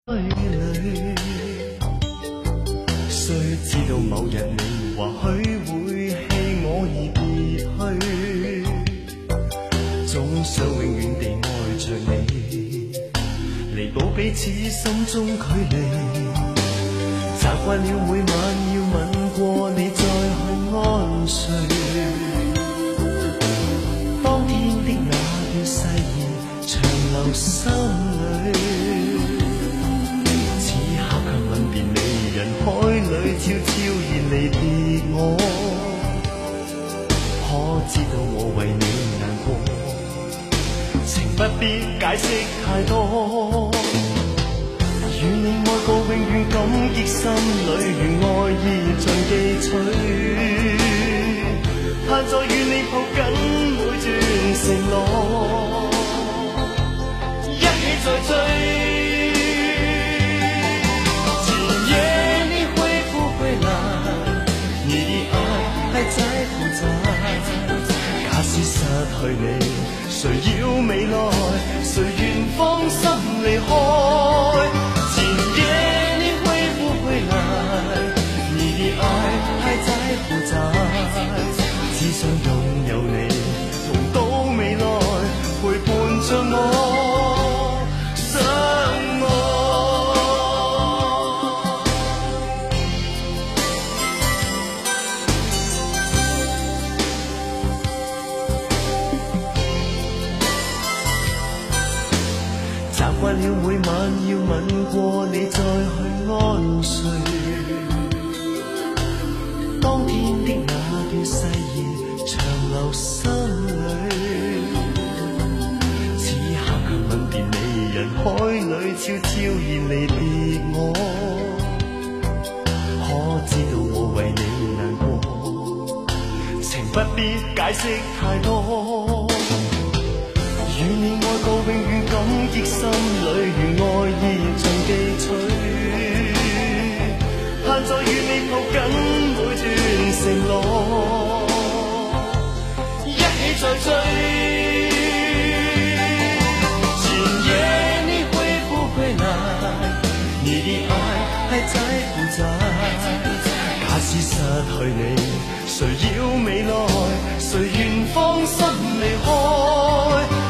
里，谁知道某日你或许会弃我而别去，总想永远地爱着你，弥补彼此心中距离。习惯了每晚要吻过你再去安睡，当天的那段誓言长留心里。人海里悄悄然离别我，可知道我为你难过，情不必解释太多。与你爱过永远感激，心里如爱意尽記取，盼再與你抱緊每段承諾，一起再追。在負責，假使失去你，誰要未來？誰願放心離開？今夜你會不會來？你的愛還在負責，只想擁有你，同到未來，陪伴着我，相愛。慣了每晚要吻過你再去安睡，當天的那段誓言長留心裏，此刻卻吻別你，人海裏悄悄然離別我，可知道我為你難過，情不必解釋太多。與你愛過永遠感激，心裏如愛意盡記取，盼再與你抱緊每段承諾，一起再追。今夜你會不會來？你的愛還在負責，假使失去你，誰要未來？誰願放心離開？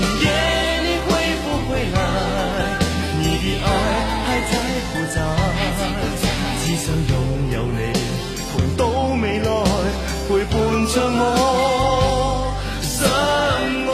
只想擁有你，同到未來，陪伴着我，相愛。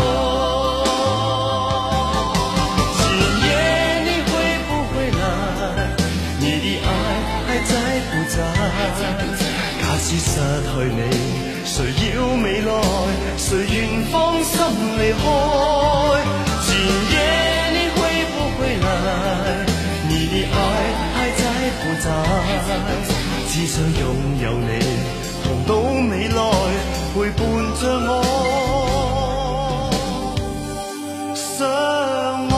今夜你會不會來？你的愛還在負責，假使失去你，誰要未來？誰願放心離開？今夜你會不會來？你的愛還在負責，只想擁有你，同到未來，陪伴着我，相愛。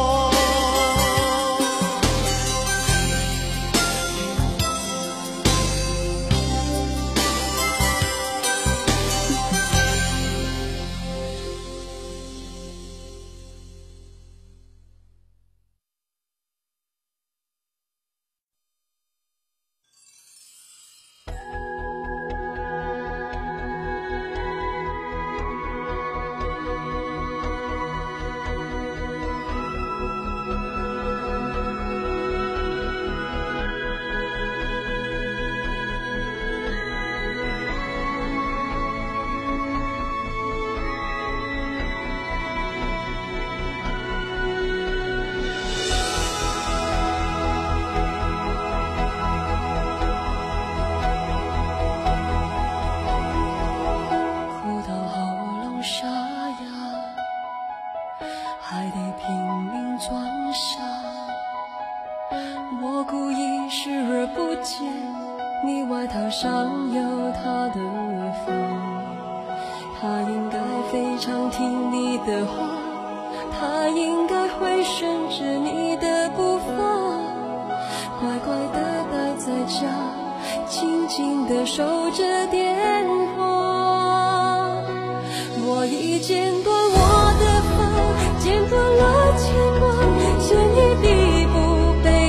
上有他的风，他应该非常听你的话，他应该会顺着你的步伐，乖乖地待在家，静静地守着电话。我已剪断我的发，剪断了牵挂，牵一地不被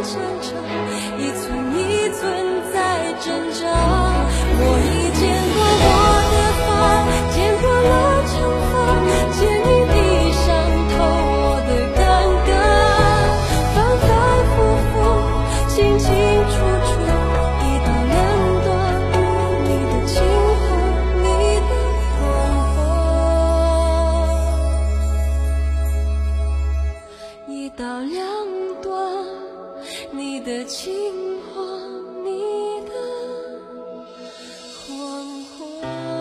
战场，一寸一寸在挣扎。我已见过我的发，见过了长发，见你地上透我的尴尬，反反复复，清清楚楚，一刀两断，你的情话，你的谎话，一刀两断，你的情话，你的谎话。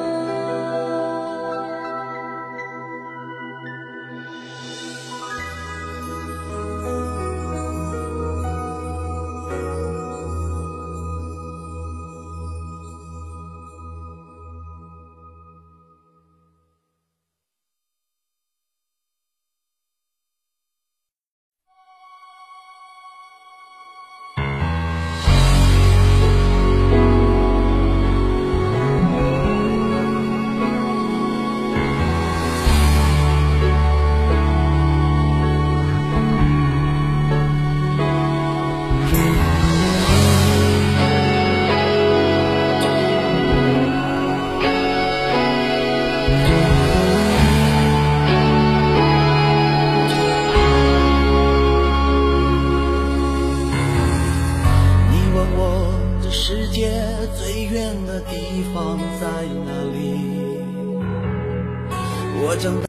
世界最远的地方在哪里？我长大